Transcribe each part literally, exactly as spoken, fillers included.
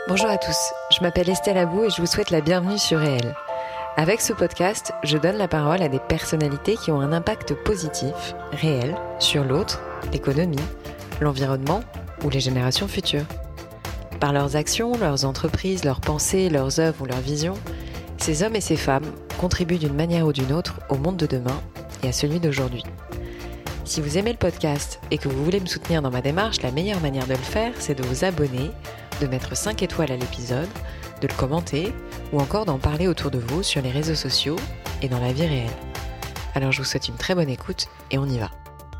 Bonjour à tous, je m'appelle Estelle Abou et je vous souhaite la bienvenue sur Réel. Avec ce podcast, je donne la parole à des personnalités qui ont un impact positif, réel, sur l'autre, l'économie, l'environnement ou les générations futures. Par leurs actions, leurs entreprises, leurs pensées, leurs œuvres ou leurs visions, ces hommes et ces femmes contribuent d'une manière ou d'une autre au monde de demain et à celui d'aujourd'hui. Si vous aimez le podcast et que vous voulez me soutenir dans ma démarche, la meilleure manière de le faire, c'est de vous abonner, de mettre cinq étoiles à l'épisode, de le commenter ou encore d'en parler autour de vous sur les réseaux sociaux et dans la vie réelle. Alors je vous souhaite une très bonne écoute et on y va.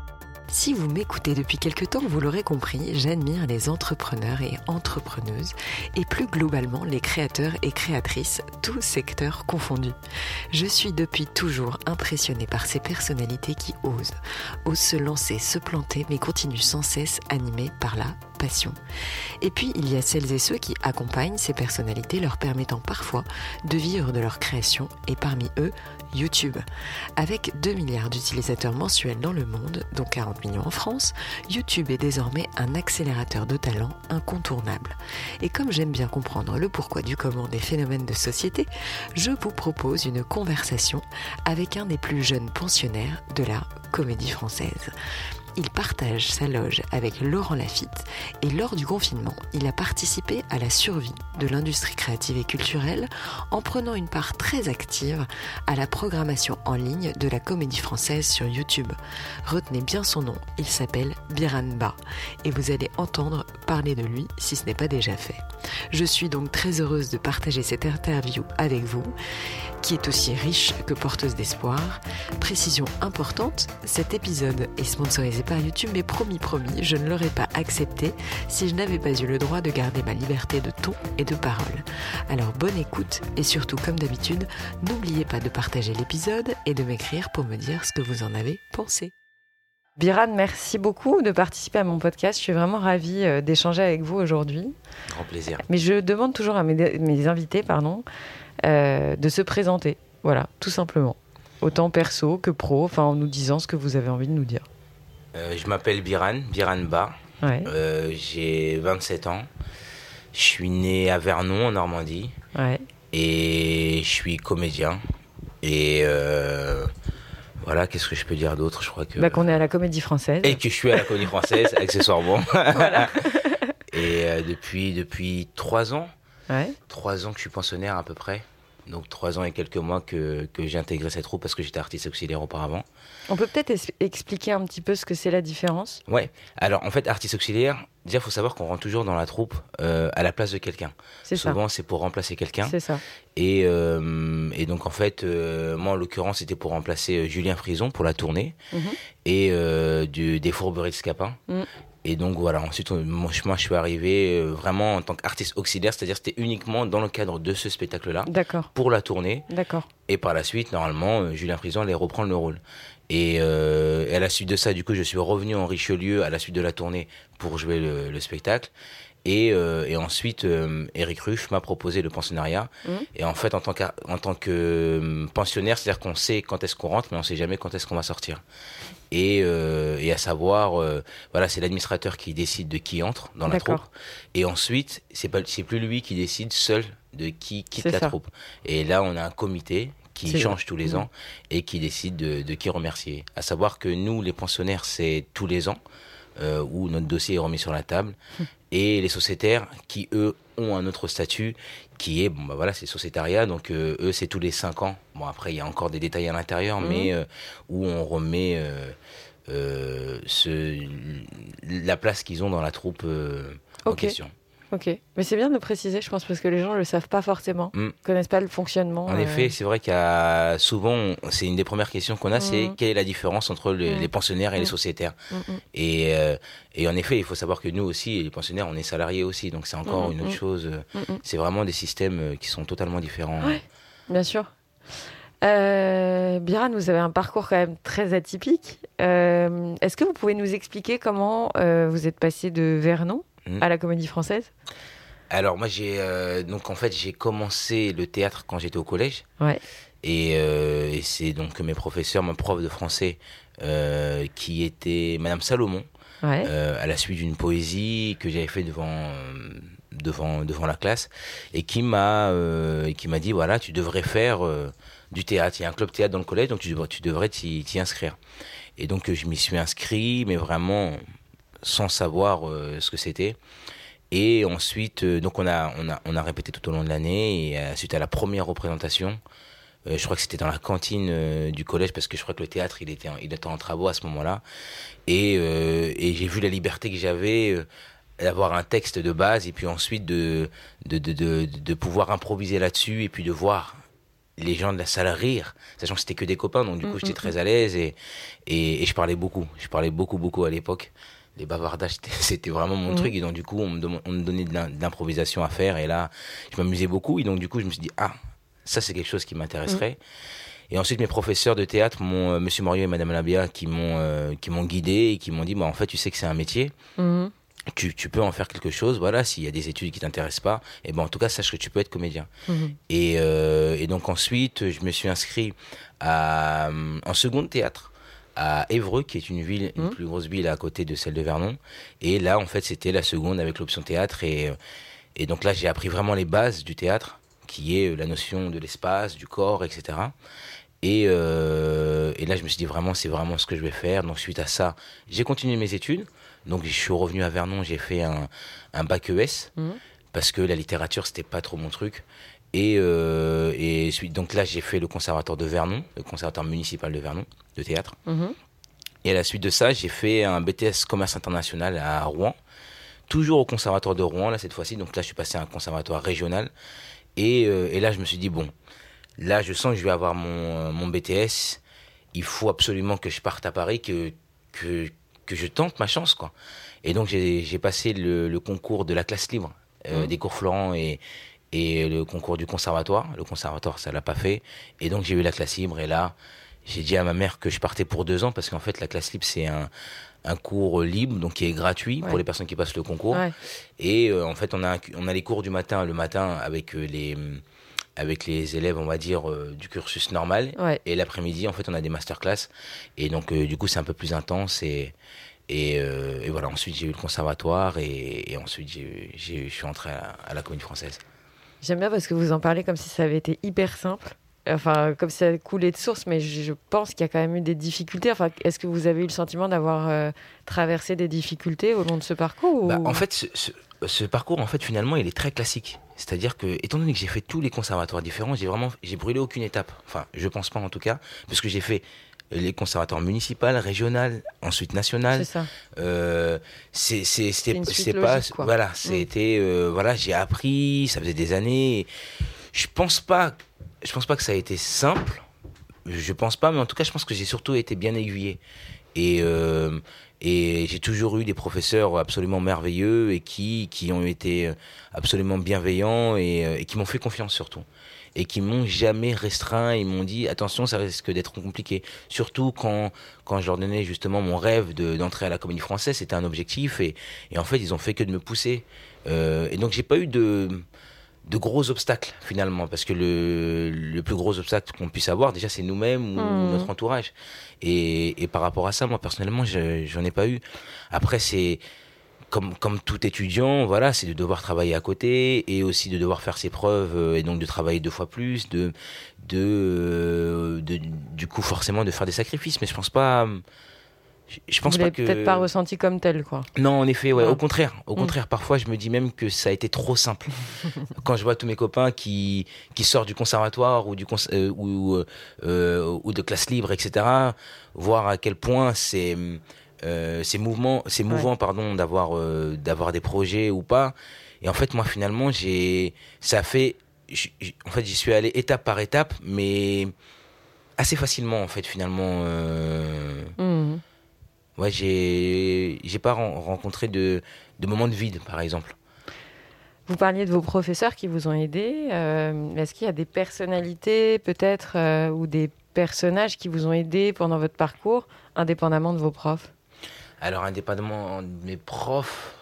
Si vous m'écoutez depuis quelque temps, vous l'aurez compris, j'admire les entrepreneurs et entrepreneuses et plus globalement les créateurs et créatrices, tous secteurs confondus. Je suis depuis toujours impressionnée par ces personnalités qui osent, osent se lancer, se planter, mais continuent sans cesse animées par la passion. Et puis il y a celles et ceux qui accompagnent ces personnalités, leur permettant parfois de vivre de leur création, et parmi eux, YouTube. Avec deux milliards d'utilisateurs mensuels dans le monde, dont quarante millions en France, YouTube est désormais un accélérateur de talent incontournable. Et comme j'aime bien comprendre le pourquoi du comment des phénomènes de société, je vous propose une conversation avec un des plus jeunes pensionnaires de la Comédie Française. Il partage sa loge avec Laurent Lafitte et lors du confinement, il a participé à la survie de l'industrie créative et culturelle en prenant une part très active à la programmation en ligne de la Comédie Française sur YouTube. Retenez bien son nom, il s'appelle Biran Ba et vous allez entendre parler de lui si ce n'est pas déjà fait. Je suis donc très heureuse de partager cette interview avec vous, qui est aussi riche que porteuse d'espoir. Précision importante, cet épisode est sponsorisé par YouTube, mais promis, promis, je ne l'aurais pas accepté si je n'avais pas eu le droit de garder ma liberté de ton et de parole. Alors bonne écoute et surtout, comme d'habitude, n'oubliez pas de partager l'épisode et de m'écrire pour me dire ce que vous en avez pensé. Biran, merci beaucoup de participer à mon podcast. Je suis vraiment ravie d'échanger avec vous aujourd'hui. Grand plaisir. Mais je demande toujours à mes, mes invités, pardon, euh, de se présenter. Voilà, tout simplement. Autant perso que pro, enfin en nous disant ce que vous avez envie de nous dire. Euh, je m'appelle Biran, Biran Ba. Ouais. Euh, j'ai vingt-sept ans. Je suis né à Vernon, en Normandie. Ouais. Et je suis comédien. Et euh, voilà, qu'est-ce que je peux dire d'autre? Je crois que... Bah, qu'on est à la Comédie Française. Et que je suis à la Comédie Française, accessoirement. Voilà. Et euh, depuis, depuis trois ans. Ouais. Trois ans que je suis pensionnaire à peu près. Donc trois ans et quelques mois que, que j'ai intégré cette troupe parce que j'étais artiste auxiliaire auparavant. On peut peut-être es- expliquer un petit peu ce que c'est la différence? Ouais, alors en fait, artiste auxiliaire, déjà il faut savoir qu'on rentre toujours dans la troupe euh, à la place de quelqu'un. C'est Souvent ça. c'est pour remplacer quelqu'un. C'est ça. Et, euh, et donc en fait, euh, moi en l'occurrence c'était pour remplacer euh, Julien Frison pour la tournée Mhm. et euh, du, des Fourberies de Scapin. Mm. Et donc voilà, ensuite on- moi, je- moi je suis arrivé euh, vraiment en tant qu'artiste auxiliaire, c'est-à-dire c'était uniquement dans le cadre de ce spectacle-là, D'accord. pour la tournée. D'accord. Et par la suite, normalement, euh, Julien Frison allait reprendre le rôle. Et, euh, et à la suite de ça, du coup, je suis revenu en Richelieu à la suite de la tournée pour jouer le, le spectacle. Et, euh, et ensuite, euh, Eric Ruff m'a proposé le pensionnariat. Mmh. Et en fait, en tant, qu'ar- en tant que euh, pensionnaire, c'est-à-dire qu'on sait quand est-ce qu'on rentre, mais on sait jamais quand est-ce qu'on va sortir. Et, euh, et à savoir, euh, voilà, c'est l'administrateur qui décide de qui entre dans la D'accord. troupe. Et ensuite, c'est pas, c'est plus lui qui décide seul de qui quitte C'est la ça. troupe. Et là, on a un comité qui C'est change tous les Mmh. ans et qui décide de, de qui remercier. À savoir que nous, les pensionnaires, c'est tous les ans euh, où notre dossier est remis sur la table. Et les sociétaires qui, eux, ont un autre statut qui est, bon, bah voilà, c'est sociétariat. Donc, euh, eux, c'est tous les cinq ans. Bon, après, il y a encore des détails à l'intérieur, Mhm. mais euh, où on remet euh, euh, ce, la place qu'ils ont dans la troupe euh, en Ok. question. Ok. Mais c'est bien de le préciser, je pense, parce que les gens ne le savent pas forcément. Mm. Ils ne connaissent pas le fonctionnement. En euh, effet, c'est vrai qu'il y a souvent, c'est une des premières questions qu'on a, c'est Mhm. quelle est la différence entre le- Mhm. les pensionnaires et les Mhm. sociétaires. mm, mm. Et, euh, et en effet, il faut savoir que nous aussi, les pensionnaires, on est salariés aussi, donc c'est encore Mhm, une autre mhm. chose. euh, Mm, mm. C'est vraiment des systèmes euh, qui sont totalement différents. Ouais. Bien sûr. Euh, Biran, vous avez un parcours quand même très atypique. Euh, est-ce que vous pouvez nous expliquer comment euh, vous êtes passé de Vernon Mhm. à la Comédie Française? Alors moi, j'ai euh, donc en fait, j'ai commencé le théâtre quand j'étais au collège. Ouais. Et, euh, et c'est donc mes professeurs, mon prof de français, euh, qui était Madame Salomon, Ouais. euh, à la suite d'une poésie que j'avais fait devant euh, devant, devant la classe, et qui m'a, euh, et qui m'a dit, voilà, tu devrais faire euh, du théâtre. Il y a un club théâtre dans le collège, donc tu devrais, tu devrais t'y, t'y inscrire. Et donc, euh, je m'y suis inscrit, mais vraiment sans savoir euh, ce que c'était. Et ensuite, euh, donc on a, on, a, on a répété tout au long de l'année, et euh, suite à la première représentation, euh, je crois que c'était dans la cantine euh, du collège, parce que je crois que le théâtre, il était en, il était en travaux à ce moment-là. Et, euh, et j'ai vu la liberté que j'avais euh, d'avoir un texte de base, et puis ensuite de, de, de, de, de pouvoir improviser là-dessus, et puis de voir les gens de la salle rire, sachant que c'était que des copains, donc du coup, mmh, j'étais très à l'aise, et, et, et je parlais beaucoup. Je parlais beaucoup, beaucoup à l'époque. Les bavardages, c'était, c'était vraiment mon mmh. truc, et donc du coup, on me, on me donnait de, l'im, de l'improvisation à faire, et là, je m'amusais beaucoup, et donc du coup, je me suis dit, ah, ça, c'est quelque chose qui m'intéresserait. Mmh. Et ensuite, mes professeurs de théâtre, mon, euh, Monsieur Moriot et Madame Labia, qui m'ont, euh, qui m'ont guidé, et qui m'ont dit, bah, en fait, tu sais que c'est un métier. Mmh. Tu, tu peux en faire quelque chose, voilà, s'il y a des études qui t'intéressent pas, et ben en tout cas, sache que tu peux être comédien. Mmh. Et, euh, et donc ensuite, je me suis inscrit à, en seconde théâtre à Évreux, qui est une ville, une mmh. plus grosse ville à côté de celle de Vernon. Et là, en fait, c'était la seconde avec l'option théâtre. Et, et donc là, j'ai appris vraiment les bases du théâtre, qui est la notion de l'espace, du corps, et cetera. Et, euh, et là, je me suis dit vraiment, c'est vraiment ce que je vais faire. Donc suite à ça, j'ai continué mes études. Donc je suis revenu à Vernon, j'ai fait un, un bac E S, mmh. parce que la littérature, c'était pas trop mon truc. Et, euh, et donc là, j'ai fait le conservatoire de Vernon, le conservatoire municipal de Vernon, de théâtre. Mmh. Et à la suite de ça, j'ai fait un B T S commerce international à Rouen, toujours au conservatoire de Rouen, là, cette fois-ci. Donc là, je suis passé à un conservatoire régional. Et, euh, et là, je me suis dit, bon, là, je sens que je vais avoir mon, mon B T S. Il faut absolument que je parte à Paris, que... que que je tente ma chance, quoi. Et donc, j'ai, j'ai passé le, le concours de la classe libre, euh, mmh. des cours Florent et, et le concours du conservatoire. Le conservatoire, ça l'a pas fait. Et donc, j'ai eu la classe libre. Et là, j'ai dit à ma mère que je partais pour deux ans, parce qu'en fait, la classe libre, c'est un, un cours libre, donc qui est gratuit ouais. pour les personnes qui passent le concours. Ouais. Et euh, en fait, on a, on a les cours du matin, le matin, avec euh, les... avec les élèves, on va dire, euh, du cursus normal. Ouais. Et l'après-midi, en fait, on a des masterclass. Et donc, euh, du coup, c'est un peu plus intense. Et, et, euh, et voilà, ensuite, j'ai eu le conservatoire. Et, et ensuite, j'ai, j'ai, je suis entré à, à la Comédie Française. J'aime bien parce que vous en parlez comme si ça avait été hyper simple. Enfin, comme si ça coulait de source. Mais je, je pense qu'il y a quand même eu des difficultés. Enfin, est-ce que vous avez eu le sentiment d'avoir euh, traversé des difficultés au long de ce parcours ou... bah, En fait, ce, ce, ce parcours, en fait, finalement, il est très classique. C'est-à-dire que, étant donné que j'ai fait tous les conservatoires différents, j'ai vraiment, j'ai brûlé aucune étape. Enfin, je pense pas en tout cas, parce que j'ai fait les conservatoires municipaux, régional, ensuite national. C'est ça. Euh, c'est, c'est, c'était, c'est, c'est logique, pas, quoi. voilà, c'était, mmh. euh, voilà, j'ai appris, ça faisait des années. Je pense pas, je pense pas que ça a été simple. Je pense pas, mais en tout cas, je pense que j'ai surtout été bien aiguillé. Et euh, Et j'ai toujours eu des professeurs absolument merveilleux et qui, qui ont été absolument bienveillants et, et qui m'ont fait confiance surtout. Et qui m'ont jamais restreint, ils m'ont dit attention, ça risque d'être compliqué. Surtout quand, quand je leur donnais justement mon rêve de, d'entrer à la Comédie Française, c'était un objectif et, et en fait ils ont fait que de me pousser. Euh, et donc j'ai pas eu de, de gros obstacles finalement, parce que le, le plus gros obstacle qu'on puisse avoir déjà c'est nous-mêmes ou mmh. notre entourage. Et, et par rapport à ça, moi personnellement, je, j'en ai pas eu. Après c'est comme comme tout étudiant, voilà, c'est de devoir travailler à côté et aussi de devoir faire ses preuves et donc de travailler deux fois plus, de de, de du coup forcément de faire des sacrifices. Mais je pense pas. Je pense Vous pas l'avez que. peut-être pas ressenti comme tel, quoi. Non, en effet, ouais. ouais. Au contraire, au mmh. contraire, parfois je me dis même que ça a été trop simple. Quand je vois tous mes copains qui qui sortent du conservatoire ou du cons- euh, ou euh, ou de classe libre, et cetera. Voir à quel point c'est euh, c'est mouvement, c'est mouvant, ouais. pardon, d'avoir euh, d'avoir des projets ou pas. Et en fait, moi, finalement, j'ai ça a fait. J', j', en fait, j'y suis allé étape par étape, mais assez facilement, en fait, finalement. Euh... Mmh. Ouais, j'ai j'ai pas rencontré de, de moments de vide, par exemple. Vous parliez de vos professeurs qui vous ont aidé. Euh, est-ce qu'il y a des personnalités, peut-être, euh, ou des personnages qui vous ont aidé pendant votre parcours, indépendamment de vos profs ? Alors, indépendamment de mes profs...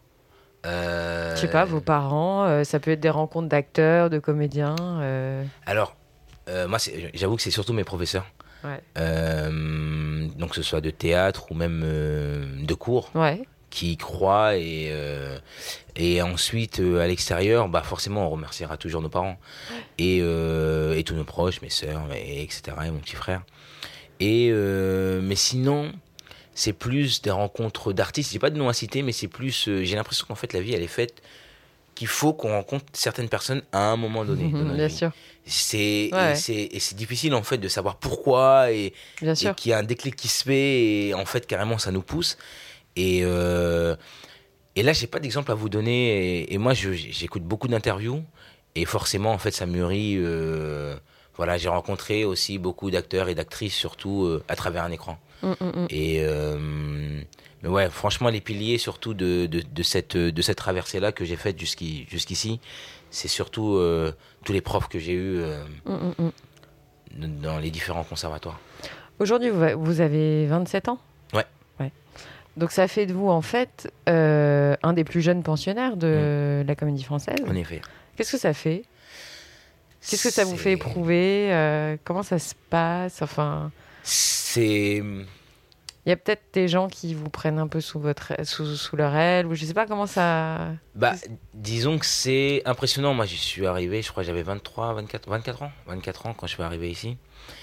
Euh... Je sais pas, vos parents, euh, ça peut être des rencontres d'acteurs, de comédiens. Euh... Alors, euh, moi, c'est, j'avoue que c'est surtout mes professeurs. Ouais. Euh, donc que ce soit de théâtre ou même euh, de cours, ouais. qui y croient. Et, euh, et ensuite, euh, à l'extérieur, bah, forcément, on remerciera toujours nos parents. Et, euh, et tous nos proches, mes sœurs, et, etc., et mon petit frère. Et, euh, mais sinon, c'est plus des rencontres d'artistes. J'ai pas de nom à citer, mais c'est plus... Euh, j'ai l'impression qu'en fait, la vie, elle est faite qu'il faut qu'on rencontre certaines personnes à un moment donné. Mmh, bien vie. sûr. C'est, ouais. et, c'est, et c'est difficile, en fait, de savoir pourquoi, et, bien sûr. et qu'il y a un déclic qui se fait, et en fait, carrément, ça nous pousse. Et, euh, et là, j'ai pas d'exemple à vous donner. Et, et moi, je, j'écoute beaucoup d'interviews, et forcément, en fait, ça mûrit... Euh, voilà, j'ai rencontré aussi beaucoup d'acteurs et d'actrices, surtout euh, à travers un écran. Mmh, mmh. Et euh, mais ouais, franchement, les piliers surtout de, de, de cette, de cette traversée-là que j'ai faite jusqu'i, jusqu'ici, c'est surtout euh, tous les profs que j'ai eus euh, mmh, mmh. dans les différents conservatoires. Aujourd'hui, vous avez vingt-sept ans ? Ouais. ouais. Donc ça fait de vous, en fait, euh, un des plus jeunes pensionnaires de mmh. la Comédie Française. En effet. Qu'est-ce que ça fait ? Qu'est-ce que ça vous fait éprouver ? euh, Comment ça se passe ? Enfin, c'est... Il y a peut-être des gens qui vous prennent un peu sous, votre, sous, sous leur aile, ou je ne sais pas comment ça... Bah, disons que c'est impressionnant. Moi, j'y suis arrivé, je crois que j'avais vingt-trois, vingt-quatre, vingt-quatre ans. vingt-quatre ans quand je suis arrivé ici.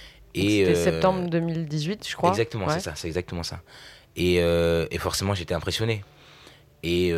Et c'était euh... septembre deux mille dix-huit, je crois. Exactement, ouais. c'est ça, c'est exactement ça. Et, euh, et forcément, j'étais impressionné. Et,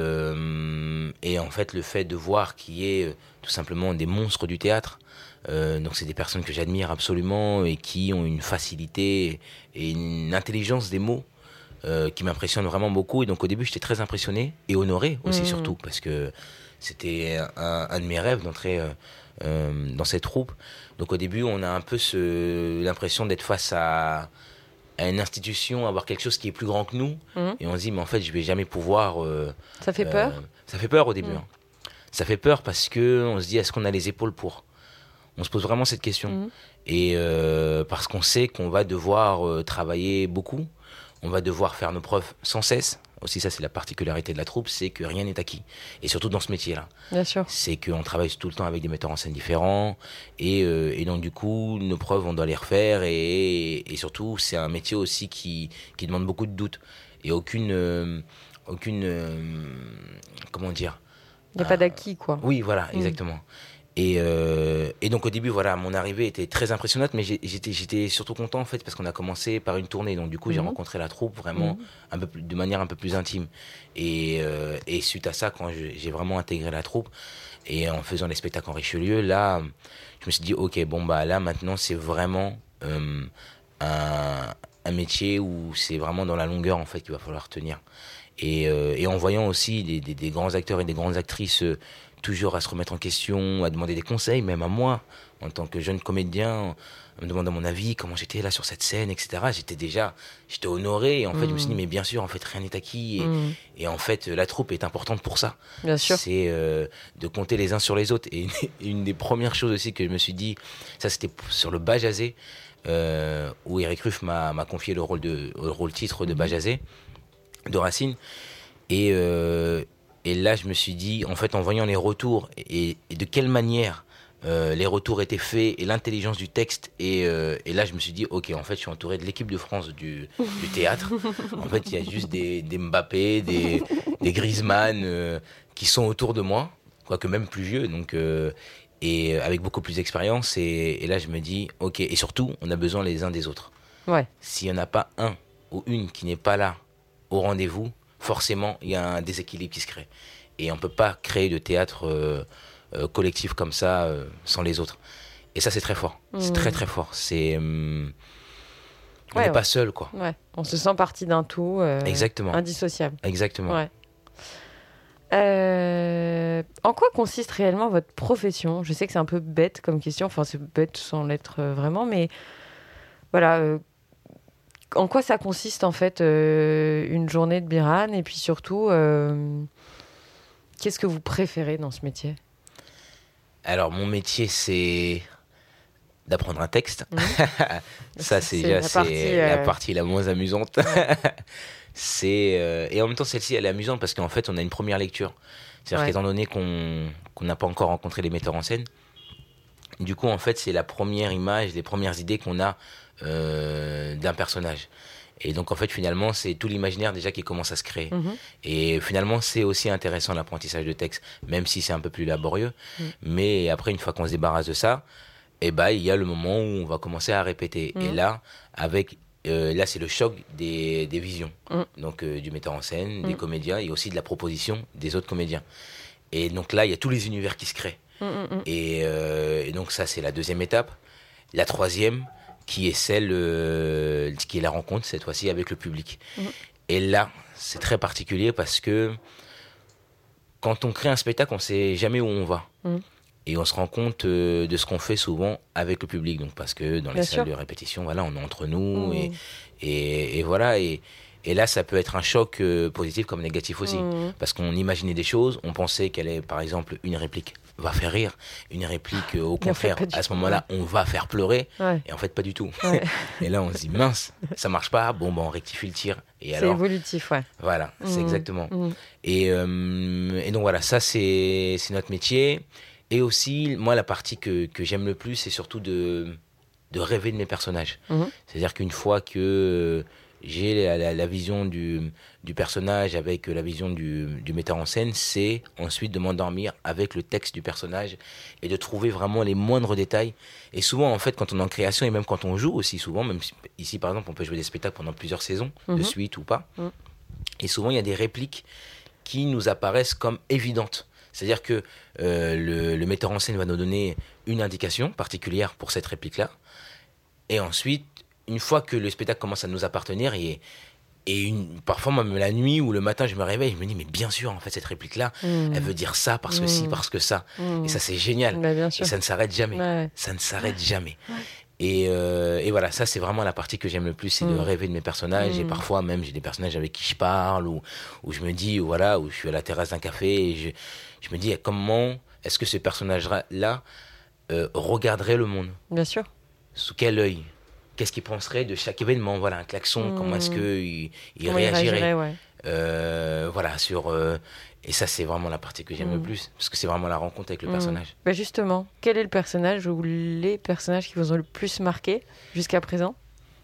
euh, et en fait, le fait de voir qu'il y ait euh, tout simplement des monstres du théâtre, euh, donc c'est des personnes que j'admire absolument et qui ont une facilité et une intelligence des mots euh, qui m'impressionnent vraiment beaucoup. Et donc au début, j'étais très impressionné et honoré aussi, mmh. surtout, parce que c'était un, un de mes rêves d'entrer euh, euh, dans cette troupe. Donc au début, on a un peu ce, l'impression d'être face à... à une institution, avoir quelque chose qui est plus grand que nous, mmh. et on se dit, mais en fait, je vais jamais pouvoir... Euh, ça fait peur euh, Ça fait peur au début. Mmh. Hein. Ça fait peur parce qu'on se dit, est-ce qu'on a les épaules pour ? On se pose vraiment cette question. Mmh. Et euh, parce qu'on sait qu'on va devoir euh, travailler beaucoup, on va devoir faire nos preuves sans cesse. Aussi, ça, c'est la particularité de la troupe, c'est que rien n'est acquis. Et surtout dans ce métier-là. Bien sûr. C'est qu'on travaille tout le temps avec des metteurs en scène différents. Et, euh, et donc, du coup, nos preuves, on doit les refaire. Et, et surtout, c'est un métier aussi qui, qui demande beaucoup de doutes. Et aucune... Euh, aucune euh, comment dire Il n'y a euh, pas d'acquis, quoi. Oui, voilà, mmh. exactement. Et, euh, et donc au début, voilà, mon arrivée était très impressionnante, mais j'étais, j'étais surtout content en fait parce qu'on a commencé par une tournée. Donc du coup, mmh. j'ai rencontré la troupe vraiment mmh. un peu plus, de manière un peu plus intime. Et, euh, et suite à ça, quand je, j'ai vraiment intégré la troupe et en faisant les spectacles en Richelieu, là, je me suis dit, ok, bon bah là maintenant, c'est vraiment euh, un, un métier où c'est vraiment dans la longueur en fait qu'il va falloir tenir. Et, euh, et en voyant aussi des, des, des grands acteurs et des grandes actrices euh, toujours à se remettre en question, à demander des conseils, même à moi, en tant que jeune comédien, me demandant mon avis, comment j'étais là sur cette scène, et cetera. J'étais déjà, j'étais honoré, et en mmh. fait, je me suis dit, mais bien sûr, en fait, rien n'est acquis, et, mmh. et en fait, la troupe est importante pour ça. Bien sûr. C'est euh, de compter les uns sur les autres. Et une des premières choses aussi que je me suis dit, ça c'était sur le Bajazet, euh, où Eric Ruff m'a, m'a confié le rôle, de, le rôle titre de Bajazet, de Racine, et... Euh, Et là, je me suis dit, en fait, en voyant les retours et, et de quelle manière euh, les retours étaient faits et l'intelligence du texte, et, euh, et là, je me suis dit, ok, en fait, je suis entouré de l'équipe de France du, du théâtre. En fait, il y a juste des, des Mbappé, des, des Griezmann euh, qui sont autour de moi, quoique même plus vieux, donc, euh, et avec beaucoup plus d'expérience. Et, et là, je me dis, ok, et surtout, on a besoin les uns des autres. Ouais. S'il n'y en a pas un ou une qui n'est pas là au rendez-vous, forcément, il y a un déséquilibre qui se crée. Et on ne peut pas créer de théâtre euh, euh, collectif comme ça euh, sans les autres. Et ça, c'est très fort. Mmh. C'est très, très fort. C'est, hum, on n'est ouais, pas ouais. seul, quoi. Ouais. On se sent partie d'un tout euh, Exactement. indissociable. Exactement. Ouais. Euh, en quoi consiste réellement votre profession ? Je sais que c'est un peu bête comme question. Enfin, c'est bête sans l'être vraiment. Mais voilà... Euh, en quoi ça consiste en fait euh, une journée de Biran, et puis surtout euh, qu'est-ce que vous préférez dans ce métier ? Alors mon métier c'est d'apprendre un texte. Mmh. Ça c'est, c'est déjà la, c'est partie, euh... la partie la moins amusante. c'est euh, et en même temps celle-ci elle est amusante parce qu'en fait on a une première lecture. C'est-à-dire ouais. qu'étant donné qu'on qu'on n'a pas encore rencontré les metteurs en scène, du coup en fait c'est la première image, les premières idées qu'on a Euh, d'un personnage. Et donc, en fait, finalement, c'est tout l'imaginaire déjà qui commence à se créer. Mmh. Et finalement, c'est aussi intéressant l'apprentissage de texte, même si c'est un peu plus laborieux. Mmh. Mais après, une fois qu'on se débarrasse de ça, eh ben, il y a le moment où on va commencer à répéter. Mmh. Et là, avec, euh, là, c'est le choc des, des visions. Mmh. Donc, euh, du metteur en scène, mmh. des comédiens et aussi de la proposition des autres comédiens. Et donc là, il y a tous les univers qui se créent. Mmh. Et, euh, et donc, ça, c'est la deuxième étape. La troisième, qui est celle, euh, qui est la rencontre, cette fois-ci, avec le public. Mmh. Et là, c'est très particulier parce que quand on crée un spectacle, on ne sait jamais où on va. Mmh. Et on se rend compte euh, de ce qu'on fait souvent avec le public. Donc, parce que dans les Bien salles sûr. de répétition, voilà, on est entre nous. Mmh. Et, et, et voilà. Et, et là, ça peut être un choc euh, positif comme négatif aussi. Mmh. Parce qu'on imaginait des choses. On pensait qu'elle est, par exemple, une réplique va faire rire. Une réplique, euh, au contraire, à ce moment-là, on va faire pleurer. Ouais. Et en fait, pas du tout. Ouais. Et là, on se dit, mince, ça marche pas. Bon, ben, on rectifie le tir. Et c'est alors, évolutif, ouais. Voilà, mmh. c'est exactement. Mmh. Et, euh, et donc, voilà, ça, c'est, c'est notre métier. Et aussi, moi, la partie que, que j'aime le plus, c'est surtout de, de rêver de mes personnages. Mmh. C'est-à-dire qu'une fois que j'ai la, la, la vision du, du personnage avec la vision du, du metteur en scène, c'est ensuite de m'endormir avec le texte du personnage et de trouver vraiment les moindres détails. Et souvent, en fait, quand on est en création et même quand on joue aussi, souvent, même ici, par exemple, on peut jouer des spectacles pendant plusieurs saisons, mmh. de suite ou pas. Mmh. Et souvent, il y a des répliques qui nous apparaissent comme évidentes. C'est-à-dire que euh, le, le metteur en scène va nous donner une indication particulière pour cette réplique-là. Et ensuite, une fois que le spectacle commence à nous appartenir, et, et une, parfois même la nuit ou le matin, je me réveille, je me dis, mais bien sûr, en fait, cette réplique-là, mmh. elle veut dire ça, parce que mmh. ci, parce que ça. Mmh. Et ça, c'est génial. Bah, bien sûr. Et ça ne s'arrête jamais. Ouais. Ça ne s'arrête jamais. Ouais. Et, euh, et voilà, ça, c'est vraiment la partie que j'aime le plus, c'est mmh. de rêver de mes personnages. Mmh. Et parfois, même, j'ai des personnages avec qui je parle, ou où je me dis, voilà, où je suis à la terrasse d'un café, et je, je me dis, comment est-ce que ce personnage-là euh, regarderait le monde ? Bien sûr. Sous quel œil ? Qu'est-ce qu'il penserait de chaque événement ? Voilà, un klaxon, mmh. comment est-ce qu'il il comment réagirait, il réagirait ouais. euh, voilà, sur... Euh, et ça, c'est vraiment la partie que j'aime mmh. le plus, parce que c'est vraiment la rencontre avec le mmh. personnage. Bah justement, quel est le personnage ou les personnages qui vous ont le plus marqué jusqu'à présent ?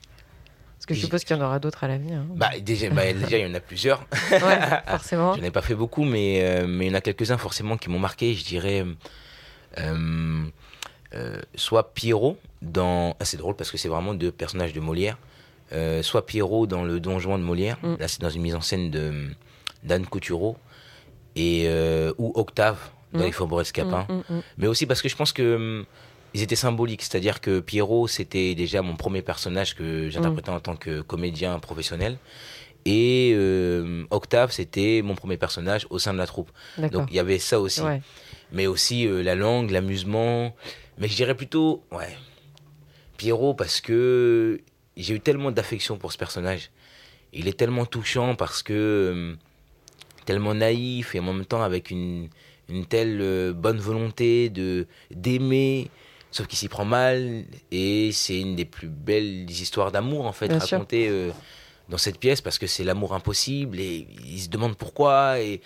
Parce que je suppose qu'il y en aura d'autres à l'avenir. Hein. Bah, déjà, bah, déjà, il y en a plusieurs. Ouais, forcément. Je n'en ai pas fait beaucoup, mais, euh, mais il y en a quelques-uns forcément qui m'ont marqué. Je dirais euh, euh, soit Pierrot dans... Ah, c'est drôle parce que c'est vraiment deux personnages de Molière. Euh, soit Pierrot dans le Don Juan de Molière. Mm. Là, c'est dans une mise en scène de, d'Anne Coutureau. Et, euh, ou Octave dans mm. Les Faubourgs Escapins. Mm, mm, mm. Mais aussi parce que je pense que... Ils étaient symboliques, c'est-à-dire que Pierrot, c'était déjà mon premier personnage que j'interprétais mmh. en tant que comédien professionnel. Et euh, Octave, c'était mon premier personnage au sein de la troupe. D'accord. Donc il y avait ça aussi. Ouais. Mais aussi euh, la langue, l'amusement. Mais je dirais plutôt, ouais, Pierrot, parce que j'ai eu tellement d'affection pour ce personnage. Il est tellement touchant parce que euh, tellement naïf et en même temps avec une, une telle euh, bonne volonté de, d'aimer. Sauf qu'il s'y prend mal, et c'est une des plus belles histoires d'amour, en fait, Bien racontées euh, dans cette pièce, parce que c'est l'amour impossible, et il se demande pourquoi, et,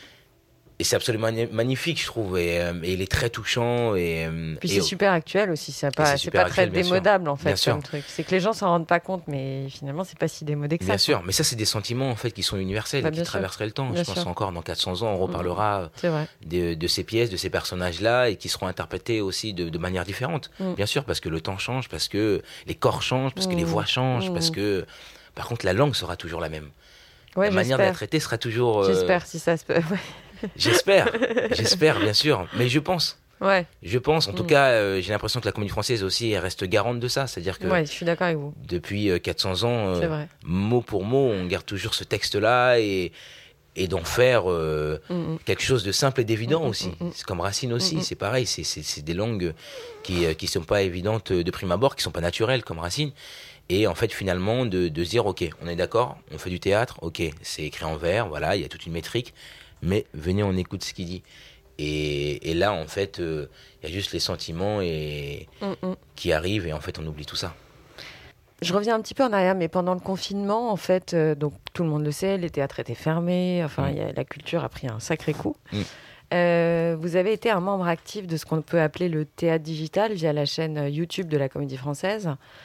et c'est absolument magnifique, je trouve, et, euh, et il est très touchant. Et, Puis et, c'est super actuel aussi, c'est pas, c'est, c'est pas actuel, très démodable, sûr. en fait, Bien comme sûr. truc. C'est que les gens s'en rendent pas compte, mais finalement, c'est pas si démodé que bien ça. Bien sûr, mais ça, c'est des sentiments, en fait, qui sont universels, bah, et qui traverseraient le temps. Bien je sûr. pense encore, dans quatre cents ans, on reparlera mmh. de, de ces pièces, de ces personnages-là, et qui seront interprétés aussi de, de manière différente. Mmh. Bien sûr, parce que le temps change, parce que les corps changent, parce mmh. que les voix changent, mmh. parce que... Par contre, la langue sera toujours la même. Ouais, la manière de la traiter sera toujours... Euh... J'espère, si ça se peut, ouais. J'espère, j'espère, bien sûr. Mais je pense. Ouais. Je pense. En mmh. tout cas, euh, j'ai l'impression que la comédie française aussi, elle reste garante de ça. C'est-à-dire que. Ouais, je suis d'accord avec vous. Depuis euh, quatre cents ans, euh, mot pour mot, on garde toujours ce texte-là et, et d'en faire euh, mmh. quelque chose de simple et d'évident mmh. aussi. Mmh. C'est comme Racine aussi, mmh. c'est pareil. C'est, c'est, c'est des langues qui ne sont pas évidentes de prime abord, qui ne sont pas naturelles comme Racine. Et en fait, finalement, de, de se dire, OK, on est d'accord, on fait du théâtre, OK, c'est écrit en vers, voilà, il y a toute une métrique. Mais venez, on écoute ce qu'il dit. Et, et là, en fait, il euh, y a juste les sentiments et, mm-hmm. qui arrivent et en fait, on oublie tout ça. Je reviens un petit peu en arrière, mais pendant le confinement, en fait, euh, donc tout le monde le sait, les théâtres étaient fermés, enfin, mm. y a, la culture a pris un sacré coup. Mm. Euh, vous avez été un membre actif de ce qu'on peut appeler le théâtre digital via la chaîne YouTube de la Comédie Française.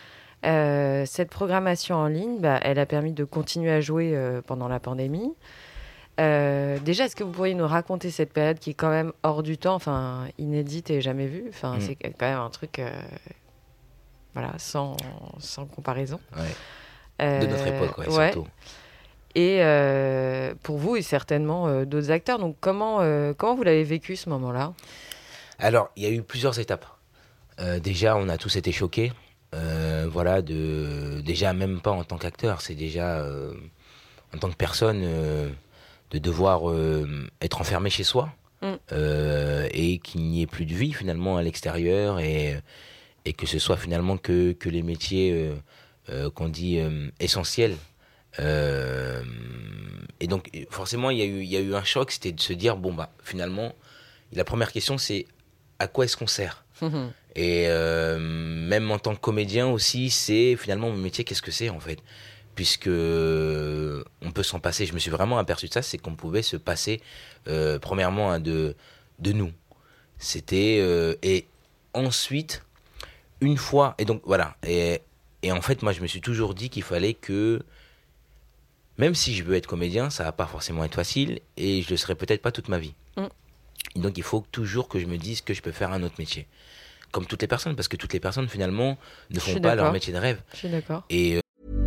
Euh, cette programmation en ligne, bah, elle a permis de continuer à jouer euh, pendant la pandémie. Euh, déjà, est-ce que vous pourriez nous raconter cette période qui est quand même hors du temps, enfin inédite et jamais vue. Enfin, mm. c'est quand même un truc, euh, voilà, sans, sans comparaison. Ouais. Euh, de notre époque, ouais, ouais. surtout. Et euh, pour vous et certainement euh, d'autres acteurs. Donc, comment euh, comment vous l'avez vécu ce moment-là ? Alors, il y a eu plusieurs étapes. Euh, déjà, on a tous été choqués. Euh, voilà, de déjà même pas en tant qu'acteur, c'est déjà euh, en tant que personne. Euh, de devoir euh, être enfermé chez soi mm. euh, et qu'il n'y ait plus de vie finalement à l'extérieur et, et que ce soit finalement que, que les métiers euh, euh, qu'on dit euh, essentiels. Euh, et donc forcément il y a eu, il y a eu un choc, c'était de se dire bon bah finalement la première question c'est à quoi est-ce qu'on sert mm-hmm. Et euh, même en tant que comédien aussi c'est finalement mon métier, qu'est-ce que c'est en fait, puisque on peut s'en passer. Je me suis vraiment aperçu de ça, c'est qu'on pouvait se passer euh, premièrement hein, de, de nous. C'était euh, et ensuite une fois et donc voilà et, et en fait moi je me suis toujours dit qu'il fallait que même si je veux être comédien, ça va pas forcément être facile et je le serai peut-être pas toute ma vie. Mm. Et donc il faut toujours que je me dise que je peux faire un autre métier, comme toutes les personnes, parce que toutes les personnes finalement ne font pas leur métier de rêve. Je suis d'accord. Et euh,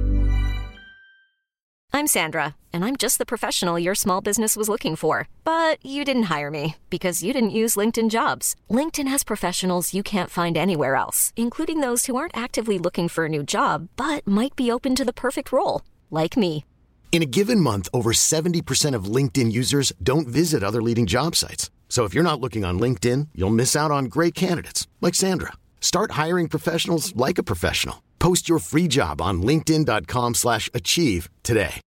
I'm Sandra, and I'm just the professional your small business was looking for. But you didn't hire me because you didn't use LinkedIn Jobs. LinkedIn has professionals you can't find anywhere else, including those who aren't actively looking for a new job, but might be open to the perfect role, like me. In a given month, over seventy percent of LinkedIn users don't visit other leading job sites. So if you're not looking on LinkedIn, you'll miss out on great candidates, like Sandra. Start hiring professionals like a professional. Post your free job on linkedin.com slash achieve today.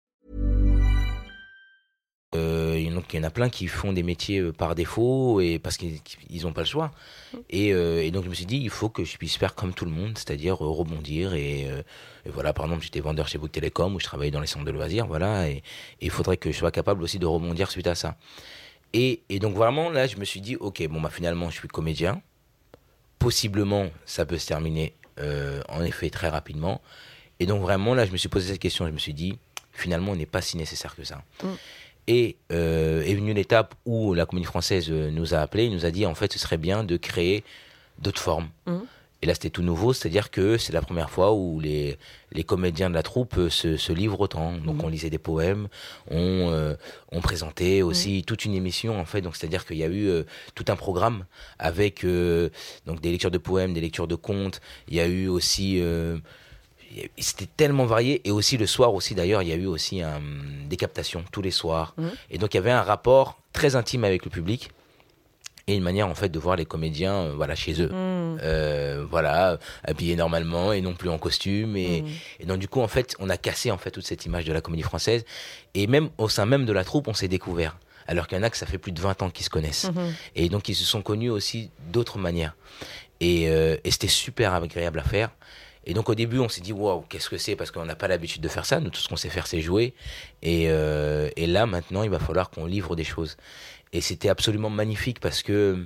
Euh, donc il y en a plein qui font des métiers euh, par défaut et parce qu'ils n'ont pas le choix. Et, euh, et donc je me suis dit, il faut que je puisse faire comme tout le monde, c'est-à-dire euh, rebondir. Et, euh, et voilà, par exemple, j'étais vendeur chez Bouygues Télécom où je travaillais dans les centres de loisirs, voilà. Et il faudrait que je sois capable aussi de rebondir suite à ça. Et, et donc vraiment là, je me suis dit, ok, bon bah finalement, je suis comédien. Possiblement, ça peut se terminer euh, en effet très rapidement. Et donc vraiment là, je me suis posé cette question. Je me suis dit, finalement, on n'est pas si nécessaire que ça. Mm. Et euh, est venue l'étape où la Comédie Française nous a appelés, nous a dit en fait ce serait bien de créer d'autres formes. Mmh. Et là c'était tout nouveau, c'est-à-dire que c'est la première fois où les, les comédiens de la troupe se, se livrent autant. Donc mmh. on lisait des poèmes, on, euh, on présentait aussi mmh. toute une émission en fait. Donc c'est-à-dire qu'il y a eu euh, tout un programme avec euh, donc des lectures de poèmes, des lectures de contes. Il y a eu aussi euh, c'était tellement varié, et aussi le soir aussi d'ailleurs il y a eu aussi un, des captations tous les soirs mmh. et donc il y avait un rapport très intime avec le public et une manière en fait de voir les comédiens euh, voilà chez eux mmh. euh, voilà habillés normalement et non plus en costume et, mmh. et donc du coup en fait on a cassé en fait toute cette image de la Comédie Française, et même au sein même de la troupe on s'est découvert, alors qu'il y en a que ça fait plus de vingt ans qu'ils se connaissent mmh. et donc ils se sont connus aussi d'autres manières et, euh, et c'était super agréable à faire. Et donc au début on s'est dit waouh, qu'est-ce que c'est, parce qu'on n'a pas l'habitude de faire ça, nous tout ce qu'on sait faire c'est jouer, et, euh, et là maintenant il va falloir qu'on livre des choses, et c'était absolument magnifique parce que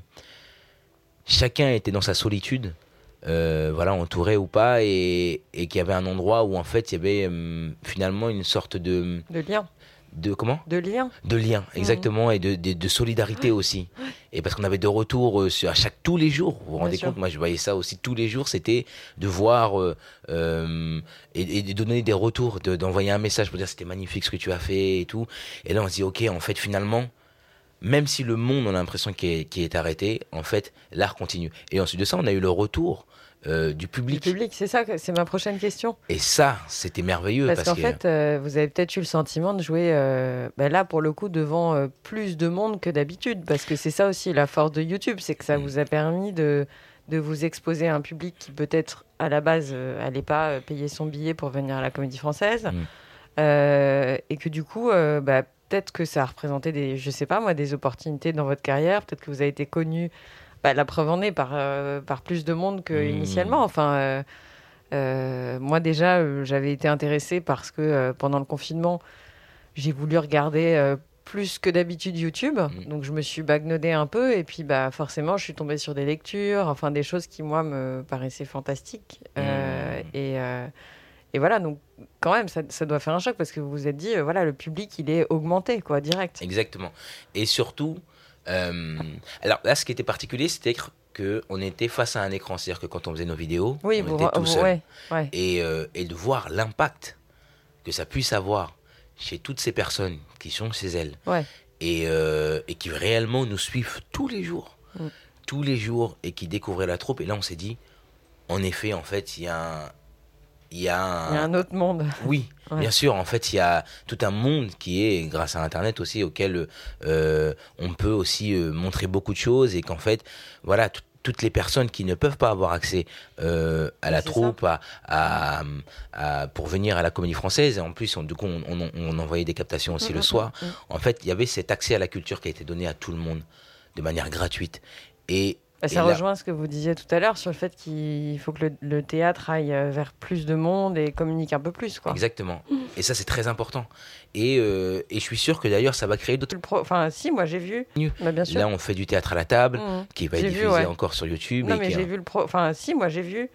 chacun était dans sa solitude, euh, voilà, entouré ou pas, et, et qu'il y avait un endroit où en fait il y avait euh, finalement une sorte de de lien de comment de lien de lien exactement, mmh. et de, de, de solidarité aussi, et parce qu'on avait de retours euh, à chaque tous les jours, vous vous rendez compte, moi je voyais ça aussi tous les jours, c'était de voir euh, euh, et, et de donner des retours, de, d'envoyer un message pour dire c'était magnifique ce que tu as fait et tout, et là on se dit ok, en fait finalement même si le monde on a l'impression qu'il est, qu'il est arrêté, en fait l'art continue, et ensuite de ça on a eu le retour Euh, du public. Du public, c'est ça, c'est ma prochaine question. Et ça, c'était merveilleux. Parce, parce qu'en que... fait, euh, vous avez peut-être eu le sentiment de jouer, euh, ben là, pour le coup, devant euh, plus de monde que d'habitude. Parce que c'est ça aussi, la force de YouTube, c'est que ça mmh. vous a permis de, de vous exposer à un public qui, peut-être, à la base, n'allait euh, pas payer son billet pour venir à la Comédie Française. Mmh. Euh, et que du coup, euh, bah, peut-être que ça a représenté des, je sais pas moi, des opportunités dans votre carrière. Peut-être que vous avez été connu... Bah, la preuve en est par, euh, par plus de monde qu'initialement. Mmh. Enfin, euh, euh, moi déjà, euh, j'avais été intéressée parce que euh, pendant le confinement, j'ai voulu regarder euh, plus que d'habitude YouTube. Mmh. Donc je me suis bagnodée un peu et puis bah, forcément, je suis tombée sur des lectures, enfin des choses qui, moi, me paraissaient fantastiques. Mmh. Euh, et, euh, et voilà, donc quand même, ça, ça doit faire un choc parce que vous vous êtes dit, euh, voilà, le public, il est augmenté, quoi, direct. Exactement. Et surtout, euh, alors là, ce qui était particulier, c'était qu'on était face à un écran. C'est-à-dire que quand on faisait nos vidéos, oui, on vous, était tout vous, seul. Ouais, ouais. Et, euh, et de voir l'impact que ça puisse avoir chez toutes ces personnes qui sont chez elles ouais. et, euh, et qui réellement nous suivent tous les jours, mm. tous les jours, et qui découvraient la troupe. Et là, on s'est dit, en effet, en fait, il y a un... Il y, a un... il y a un autre monde. Oui, ouais. Bien sûr. En fait, il y a tout un monde qui est, grâce à Internet aussi, auquel euh, on peut aussi euh, montrer beaucoup de choses. Et qu'en fait, voilà, t- toutes les personnes qui ne peuvent pas avoir accès euh, à la troupe, à, à, à, pour venir à la Comédie Française. Et en plus, on, du coup, on, on, on envoyait des captations aussi mmh, le soir. Mmh, mmh. En fait, il y avait cet accès à la culture qui a été donné à tout le monde de manière gratuite. Et ça et rejoint là... ce que vous disiez tout à l'heure sur le fait qu'il faut que le, le théâtre aille vers plus de monde et communique un peu plus, quoi. Exactement. Et ça, c'est très important. Et, euh, et je suis sûr que d'ailleurs, ça va créer d'autres... Pro... Enfin, si, moi, j'ai vu. Bah, bien sûr. Là, on fait du théâtre à la table, mmh. qui va être diffusé vu, ouais. encore sur YouTube. Non, et mais qui... j'ai vu le... Pro... Enfin, si, moi, j'ai vu...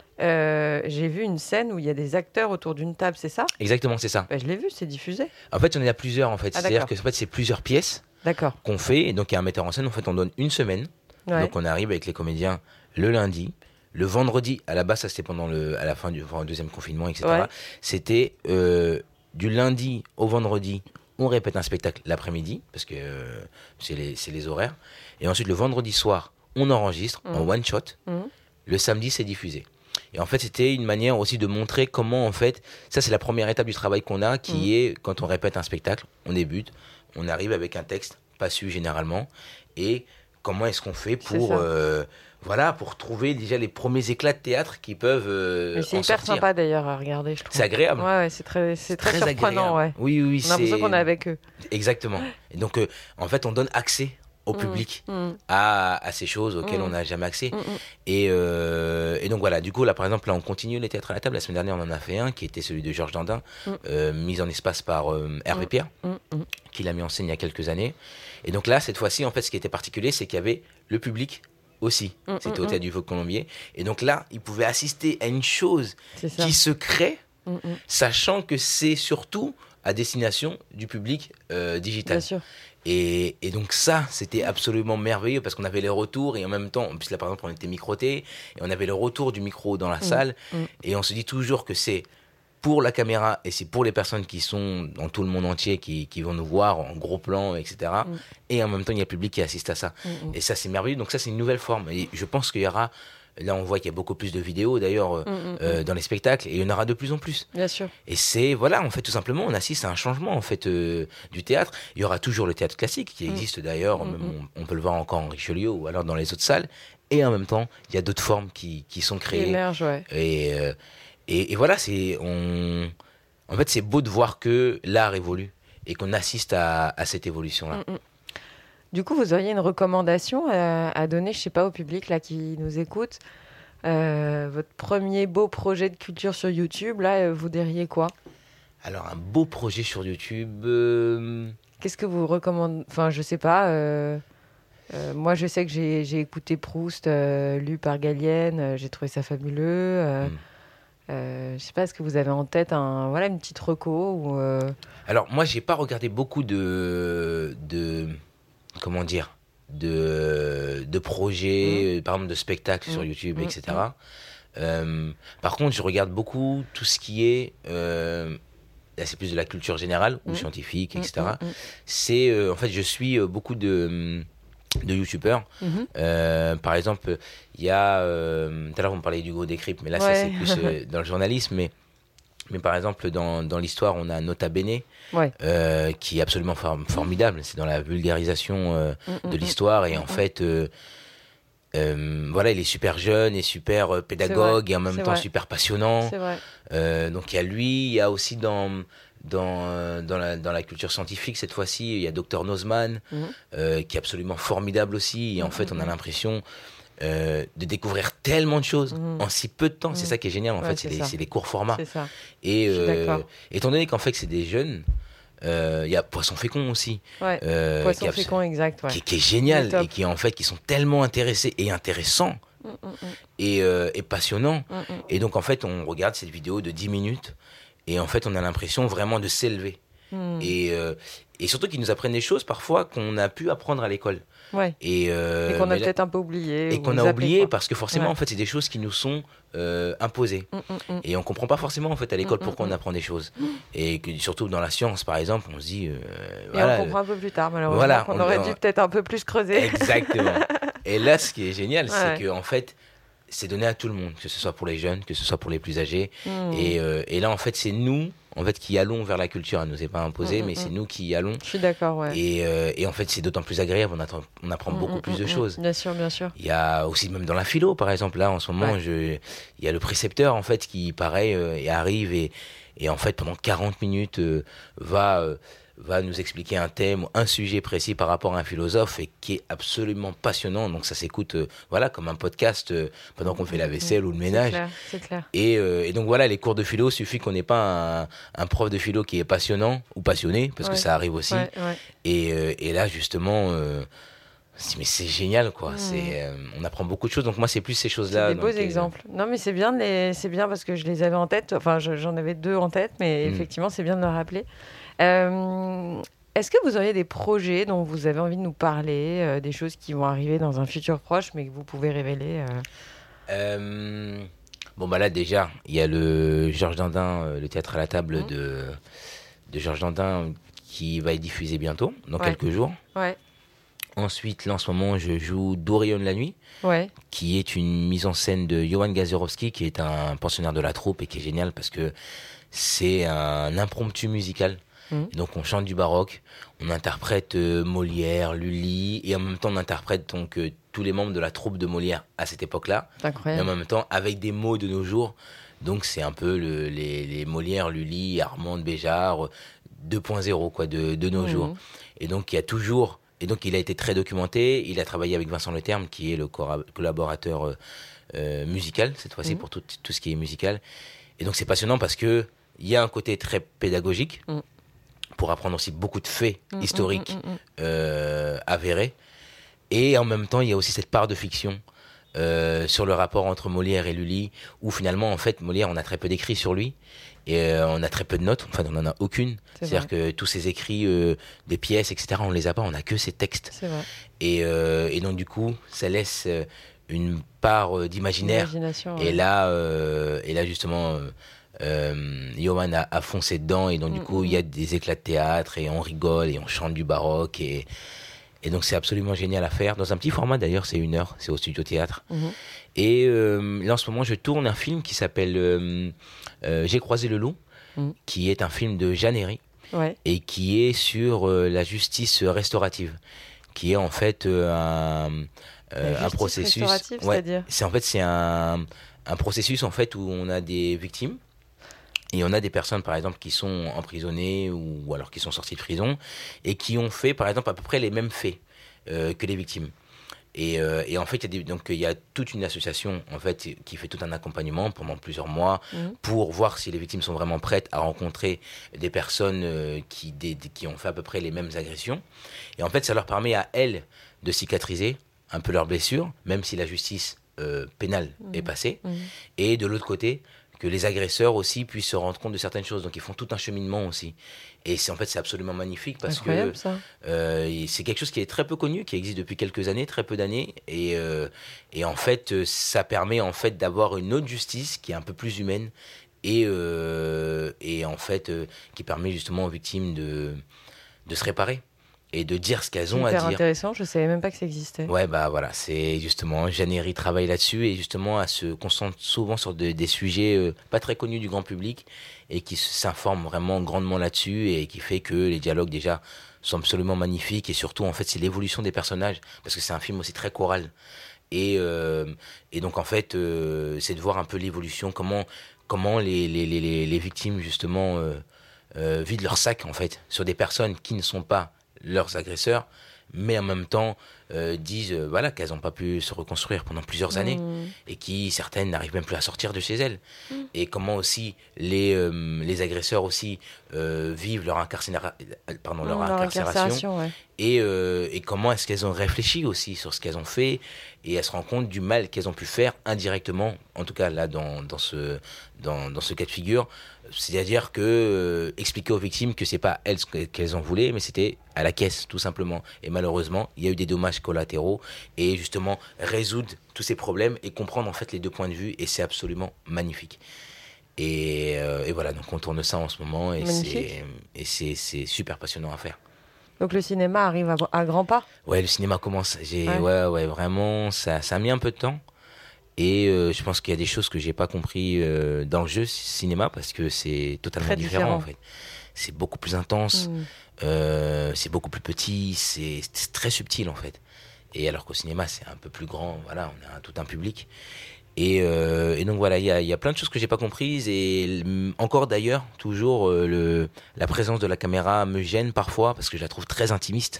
Euh, j'ai vu une scène où il y a des acteurs autour d'une table, c'est ça ? Exactement, c'est ça. Bah, je l'ai vu, c'est diffusé. En fait, on en a plusieurs, en fait. Ah, c'est-à-dire que en fait, c'est plusieurs pièces d'accord. qu'on fait. Et donc, il y a un metteur en scène. En fait, on donne une semaine. Ouais. Donc on arrive avec les comédiens le lundi, le vendredi, à la base ça c'était pendant le, à la fin du enfin, deuxième confinement, et cetera. Ouais. C'était euh, du lundi au vendredi, on répète un spectacle l'après-midi, parce que euh, c'est, les, c'est les horaires. Et ensuite le vendredi soir, on enregistre mmh. en one shot. Mmh. Le samedi c'est diffusé. Et en fait c'était une manière aussi de montrer comment en fait, ça c'est la première étape du travail qu'on a, qui mmh. est quand on répète un spectacle, on débute, on arrive avec un texte pas su généralement, et comment est-ce qu'on fait pour, euh, voilà, pour trouver déjà les premiers éclats de théâtre qui peuvent euh, Mais c'est en hyper sortir. Sympa d'ailleurs à regarder, je trouve. C'est agréable. Ouais, ouais c'est très, c'est très, très surprenant. Ouais. Oui, oui, on a l'impression qu'on est avec eux. Exactement. Et donc, euh, en fait, on donne accès au mmh, public mmh. À, à ces choses auxquelles mmh. on n'a jamais accès. Mmh. Et, euh, et donc voilà, du coup, là, par exemple, là, on continue les théâtres à la table. La semaine dernière, on en a fait un qui était celui de Georges Dandin, mmh. euh, mis en espace par euh, Hervé Pierre, mmh. qui l'a mis en scène il y a quelques années. Et donc là, cette fois-ci, en fait, ce qui était particulier, c'est qu'il y avait le public aussi. Mmh, C'était mmh, au théâtre du Fauve-Colombier. Et donc là, ils pouvaient assister à une chose qui se crée, mmh, mmh. sachant que c'est surtout à destination du public euh, digital. Bien sûr. Et, et donc ça, c'était absolument merveilleux parce qu'on avait les retours et en même temps, en plus là par exemple, on était microté et on avait le retour du micro dans la mmh, salle mmh. et on se dit toujours que c'est pour la caméra et c'est pour les personnes qui sont dans tout le monde entier qui, qui vont nous voir en gros plan, et cetera. Mmh. Et en même temps, il y a le public qui assiste à ça. Mmh. Et ça, c'est merveilleux. Donc ça, c'est une nouvelle forme. Et je pense qu'il y aura... Là, on voit qu'il y a beaucoup plus de vidéos, d'ailleurs, mmh, euh, mmh. dans les spectacles, et il y en aura de plus en plus. Bien sûr. Et c'est, voilà, en fait, tout simplement, on assiste à un changement, en fait, euh, du théâtre. Il y aura toujours le théâtre classique, qui mmh. existe d'ailleurs, mmh. même, on, on peut le voir encore en Richelieu, ou alors dans les autres salles. Et en même temps, il y a d'autres formes qui, qui sont créées. Qui émergent, ouais. Et, euh, et, et voilà, c'est... On... En fait, c'est beau de voir que l'art évolue, et qu'on assiste à, à cette évolution-là. Mmh. Du coup, vous auriez une recommandation à, à donner, je ne sais pas, au public là, qui nous écoute euh, votre premier beau projet de culture sur YouTube, là, vous diriez quoi ? Alors, un beau projet sur YouTube... Euh... Qu'est-ce que vous recommandez ? Enfin, je ne sais pas. Euh, euh, moi, je sais que j'ai, j'ai écouté Proust, euh, lu par Gallienne. Euh, j'ai trouvé ça fabuleux. Euh, mm. euh, je ne sais pas, est-ce que vous avez en tête un, voilà, une petite reco ou, euh... Alors, moi, je n'ai pas regardé beaucoup de... de... comment dire, de, de projets, mmh. par exemple de spectacles mmh. sur YouTube, mmh. et cetera. Mmh. Euh, par contre, je regarde beaucoup tout ce qui est, euh, là c'est plus de la culture générale, mmh. ou scientifique, et cetera. Mmh. C'est, euh, en fait, je suis euh, beaucoup de, de youtubeurs. Mmh. Euh, par exemple, il y a, euh, tout à l'heure vous me parliez d'Hugo Décrypte, mais là ouais. ça, c'est plus euh, dans le journalisme, mais Mais par exemple, dans, dans l'histoire, on a Nota Bene, ouais. euh, qui est absolument for- formidable. C'est dans la vulgarisation euh, mmh, de l'histoire. Et mmh, en fait, euh, euh, voilà, il est super jeune et super euh, pédagogue et en même c'est temps vrai. super passionnant. C'est vrai. Euh, donc il y a lui, il y a aussi dans, dans, dans, la, dans la culture scientifique, cette fois-ci, il y a Docteur Nozman, mmh. euh, qui est absolument formidable aussi. Et en mmh, fait, on a l'impression... Euh, de découvrir tellement de choses mmh. en si peu de temps, mmh. c'est ça qui est génial en ouais, fait, c'est, c'est, les, c'est les courts formats. C'est ça. Et euh, étant donné qu'en fait que c'est des jeunes, il euh, y a Poisson Fécond aussi, ouais. euh, Poisson Fécond, exact, ouais. qui, qui est génial et qui en fait qui sont tellement intéressés et intéressants Mmh, mmh. et, euh, et passionnant. Mmh, mmh. Et donc, en fait, on regarde cette vidéo de dix minutes et en fait, on a l'impression vraiment de s'élever. Mmh. Et, euh, et surtout qu'ils nous apprennent des choses parfois qu'on a pu apprendre à l'école. Ouais. Et, euh, Et qu'on a mais là- peut-être un peu oublié. et ou qu'on a zappé, oublié quoi. parce que forcément, Ouais. en fait, c'est des choses qui nous sont euh, imposées. Mmh, mmh, mmh. Et on comprend pas forcément en fait à l'école Mm, mm, pourquoi mm. on apprend des choses. Et que surtout dans la science, par exemple, on se dit, euh, Et voilà, on comprend un peu plus tard, malheureusement, voilà, qu'on on- aurait on- dû peut-être un peu plus creuser. exactement. Et là, ce qui est génial, Ouais. c'est que en fait, c'est donné à tout le monde, que ce soit pour les jeunes, que ce soit pour les plus âgés. Mm. Et, euh, et là, en fait, c'est nous, en fait, qui allons vers la culture. Elle nous est pas imposée, Mm, mm, mais mm. c'est nous qui y allons. Je suis d'accord, ouais. Et, euh, et en fait, c'est d'autant plus agréable. On, attend- on apprend Mm, beaucoup mm, plus de mm, choses. Bien sûr, bien sûr. Il y a aussi, même dans la philo, par exemple, là, en ce moment, Ouais. je, il y a le précepteur, en fait, qui, pareil, euh, et arrive et, et, en fait, pendant quarante minutes, euh, va, euh, va nous expliquer un thème ou un sujet précis par rapport à un philosophe et qui est absolument passionnant. Donc, ça s'écoute, euh, voilà, comme un podcast euh, pendant qu'on fait la vaisselle ou le ménage. C'est clair, c'est clair. Et, euh, et donc, voilà, les cours de philo, suffit qu'on n'ait pas un, un prof de philo qui est passionnant ou passionné, parce Ouais. que ça arrive aussi. Ouais, ouais. Et, euh, et là, justement, euh, c'est- mais c'est génial, quoi. Mm. C'est, euh, on apprend beaucoup de choses. Donc moi, c'est plus ces C'est choses-là. des beaux donc, euh, exemples. Non, mais c'est bien, de les... c'est bien parce que je les avais en tête. Enfin, je- j'en avais deux en tête, mais Mm. effectivement, c'est bien de le rappeler. Euh, Est-ce que vous auriez des projets dont vous avez envie de nous parler, euh, des choses qui vont arriver dans un futur proche, mais que vous pouvez révéler euh euh, bon, bah là, déjà, il y a le Georges Dandin, euh, le théâtre à la table Mm. de, de Georges Dandin qui va être diffusé bientôt, dans Ouais. quelques jours. Ouais, Ensuite, là, en ce moment, je joue D'Orion la nuit, ouais. qui est une mise en scène de Johan Gazurowski, qui est un pensionnaire de la troupe et qui est génial parce que c'est un impromptu musical. Mhm. Et donc on chante du baroque, on interprète euh, Molière, Lully, et en même temps on interprète donc euh, tous les membres de la troupe de Molière à cette époque-là, C'est mais incroyable. en même temps avec des mots de nos jours. Donc c'est un peu le, les, les Molière, Lully, Armande, Béjart euh, deux point zéro quoi de, de nos Mhm. jours. Et donc il y a toujours, et donc il a été très documenté. Il a travaillé avec Vincent Leterme qui est le cora- collaborateur euh, euh, musical cette fois-ci Mhm. pour tout, tout ce qui est musical. Et donc c'est passionnant parce que il y a un côté très pédagogique. Mhm. Pour apprendre aussi beaucoup de faits Mm, historiques mm, mm, mm. euh, avérés. Et en même temps, il y a aussi cette part de fiction euh, sur le rapport entre Molière et Lully, où finalement, en fait, Molière, on a très peu d'écrits sur lui, et euh, on a très peu de notes, enfin, on n'en a aucune. C'est C'est-à-dire que tous ces écrits, euh, des pièces, et cetera, on ne les a pas, on n'a que ces textes. C'est vrai. Et, euh, et donc, du coup, ça laisse euh, une part euh, d'imaginaire. Imagination, Et ouais. là, euh, et là justement, euh, euh, Johan a, a foncé dedans et donc du Mm, coup, mm, il y a des éclats de théâtre et on rigole et on chante du baroque et, et donc c'est absolument génial à faire. Dans un petit format d'ailleurs, c'est une heure, c'est au studio théâtre. Mhm. Et euh, là en ce moment, je tourne un film qui s'appelle euh, euh, J'ai croisé le loup, Mm. qui est un film de Jeanne Herry Ouais. et qui est sur euh, la justice restaurative, qui est en fait euh, un, euh, La un justice processus. restaurative, Ouais, c'est-à-dire c'est en fait c'est un, un processus en fait où on a des victimes et on a des personnes par exemple qui sont emprisonnées ou, ou alors qui sont sorties de prison et qui ont fait par exemple à peu près les mêmes faits euh, que les victimes. Et, euh, et en fait, il y a des- donc il y a toute une association en fait qui fait tout un accompagnement pendant plusieurs mois Mhm. pour voir si les victimes sont vraiment prêtes à rencontrer des personnes euh, qui, des, des- qui ont fait à peu près les mêmes agressions. Et en fait, ça leur permet à elles de cicatriser un peu leurs blessures, même si la justice euh, pénale est passée. Mhm. Et de l'autre côté, que les agresseurs aussi puissent se rendre compte de certaines choses. Donc ils font tout un cheminement aussi. Et c'est en fait c'est absolument magnifique parce Incroyable, que ça. euh, c'est quelque chose qui est très peu connu, qui existe depuis quelques années, très peu d'années, et, euh, et en fait, euh, ça permet en fait d'avoir une autre justice qui est un peu plus humaine et, euh, et en fait euh, qui permet justement aux victimes de, de se réparer et de dire ce qu'elles ont à Hyper dire. intéressant, je savais même pas que ça existait. Ouais, bah voilà, c'est justement, Jeanne Herry travaille là-dessus et justement, elle se concentre souvent sur de- des sujets euh, pas très connus du grand public et qui s'informe vraiment grandement là-dessus et qui fait que les dialogues déjà sont absolument magnifiques et surtout, en fait, c'est l'évolution des personnages parce que c'est un film aussi très choral. Et, euh, et donc, en fait, euh, c'est de voir un peu l'évolution, comment, comment les, les, les, les- les victimes, justement, euh, euh, vident leur sac, en fait, sur des personnes qui ne sont pas leurs agresseurs, mais en même temps euh, disent euh, voilà, qu'elles n'ont pas pu se reconstruire pendant plusieurs années Mmh. et qui, certaines, n'arrivent même plus à sortir de chez elles. Mmh. Et comment aussi les, euh, les agresseurs aussi euh, vivent leur, incarcéra- pardon, leur Mmh, leur incarcération. incarcération, ouais. Et, euh, et comment est-ce qu'elles ont réfléchi aussi sur ce qu'elles ont fait et elles se rendent compte du mal qu'elles ont pu faire indirectement, en tout cas là dans, dans, ce, dans, dans ce cas de figure, c'est-à-dire que euh, expliquer aux victimes que c'est pas elles qu'elles en voulaient, mais c'était à la caisse tout simplement. Et malheureusement, il y a eu des dommages collatéraux et justement résoudre tous ces problèmes et comprendre en fait les deux points de vue et c'est absolument magnifique. Et, euh, et voilà, donc on tourne ça en ce moment et Magnifique. c'est et c'est c'est super passionnant à faire. Donc le cinéma arrive à, à grands pas. Ouais, le cinéma commence. J'ai, Ouais. ouais, ouais, vraiment, ça, ça a mis un peu de temps. Et euh, je pense qu'il y a des choses que j'ai pas compris euh, dans le jeu cinéma parce que c'est totalement Très différent, différent. en fait. C'est beaucoup plus intense, Mmh. euh, c'est beaucoup plus petit, c'est, c'est très subtil en fait. Et alors qu'au cinéma c'est un peu plus grand, voilà, on a tout un public. Et, euh, et donc voilà, il y a, il y a plein de choses que j'ai pas comprises et l- encore d'ailleurs, toujours euh, le, la présence de la caméra me gêne parfois parce que je la trouve très intimiste.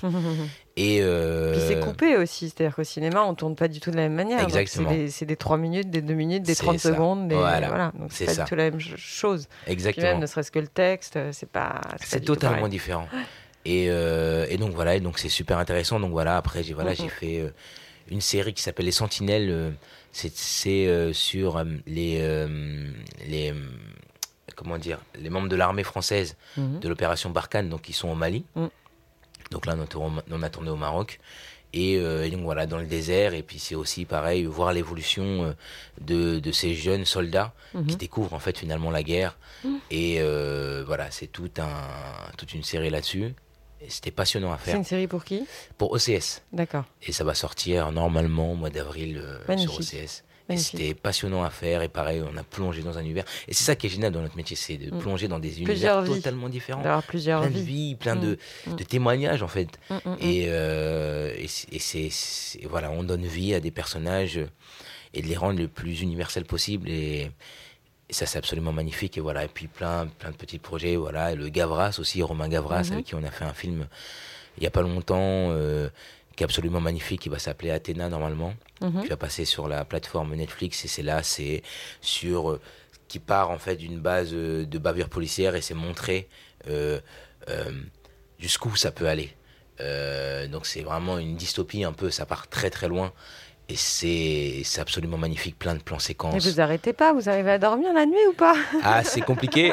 Et euh, Puis c'est coupé aussi, c'est-à-dire qu'au cinéma, on tourne pas du tout de la même manière. Donc Exactement. C'est des, c'est des trois minutes, des deux minutes, des C'est trente ça. secondes. Des, Voilà. voilà. Donc c'est, C'est pas ça. du tout la même ch- chose. Puis Exactement. même, ne serait-ce que le texte, euh, c'est pas. C'est, pas C'est du tout totalement pareil. différent. Et, euh, et donc voilà, et donc c'est super intéressant. Donc voilà, après j'ai voilà, Mhm. j'ai fait euh, une série qui s'appelle Les Sentinelles. euh, c'est c'est euh, sur euh, les euh, les euh, comment dire les membres de l'armée française Mhm. de l'opération Barkhane, donc qui sont au Mali. Mhm. Donc là on a tourné, on a tourné au Maroc. Et, euh, et donc voilà, dans le désert. Et puis c'est aussi pareil, voir l'évolution euh, de, de ces jeunes soldats Mhm. qui découvrent en fait finalement la guerre. Mhm. Et euh, voilà, c'est tout un, toute une série là-dessus. Et c'était passionnant à C'est faire une série pour qui? pour O C S. D'accord. Et ça va sortir normalement au mois d'avril euh, Magnifique. sur O C S. Et Magnifique. c'était passionnant à faire. Et pareil, on a plongé dans un univers. Et c'est ça qui est génial dans notre métier, c'est de Mm. plonger dans des Plusieurs univers vies. totalement différents. D'avoir plusieurs Plein de vies. vies, plein de, Mm. de témoignages en fait. Mm, mm, mm. Et, euh, et, c'est- et c'est, c'est- voilà, on donne vie à des personnages euh, et de les rendre le plus universels possible. Et, et ça, c'est absolument magnifique. Et voilà, et puis plein, plein de petits projets. Voilà, et le Gavras aussi, Romain Gavras, Mhm. avec qui on a fait un film il y a pas longtemps, euh, qui est absolument magnifique. Il va s'appeler Athéna normalement. Mhm. Qui va passer sur la plateforme Netflix. Et c'est là, c'est sur euh, qui part en fait d'une base euh, de bavure policière et c'est montré euh, euh, jusqu'où ça peut aller. Euh, donc c'est vraiment une dystopie un peu, ça part très très loin et c'est, c'est absolument magnifique, plein de plans Et séquences. vous arrêtez pas, vous arrivez à dormir la nuit ou pas? Ah, c'est compliqué.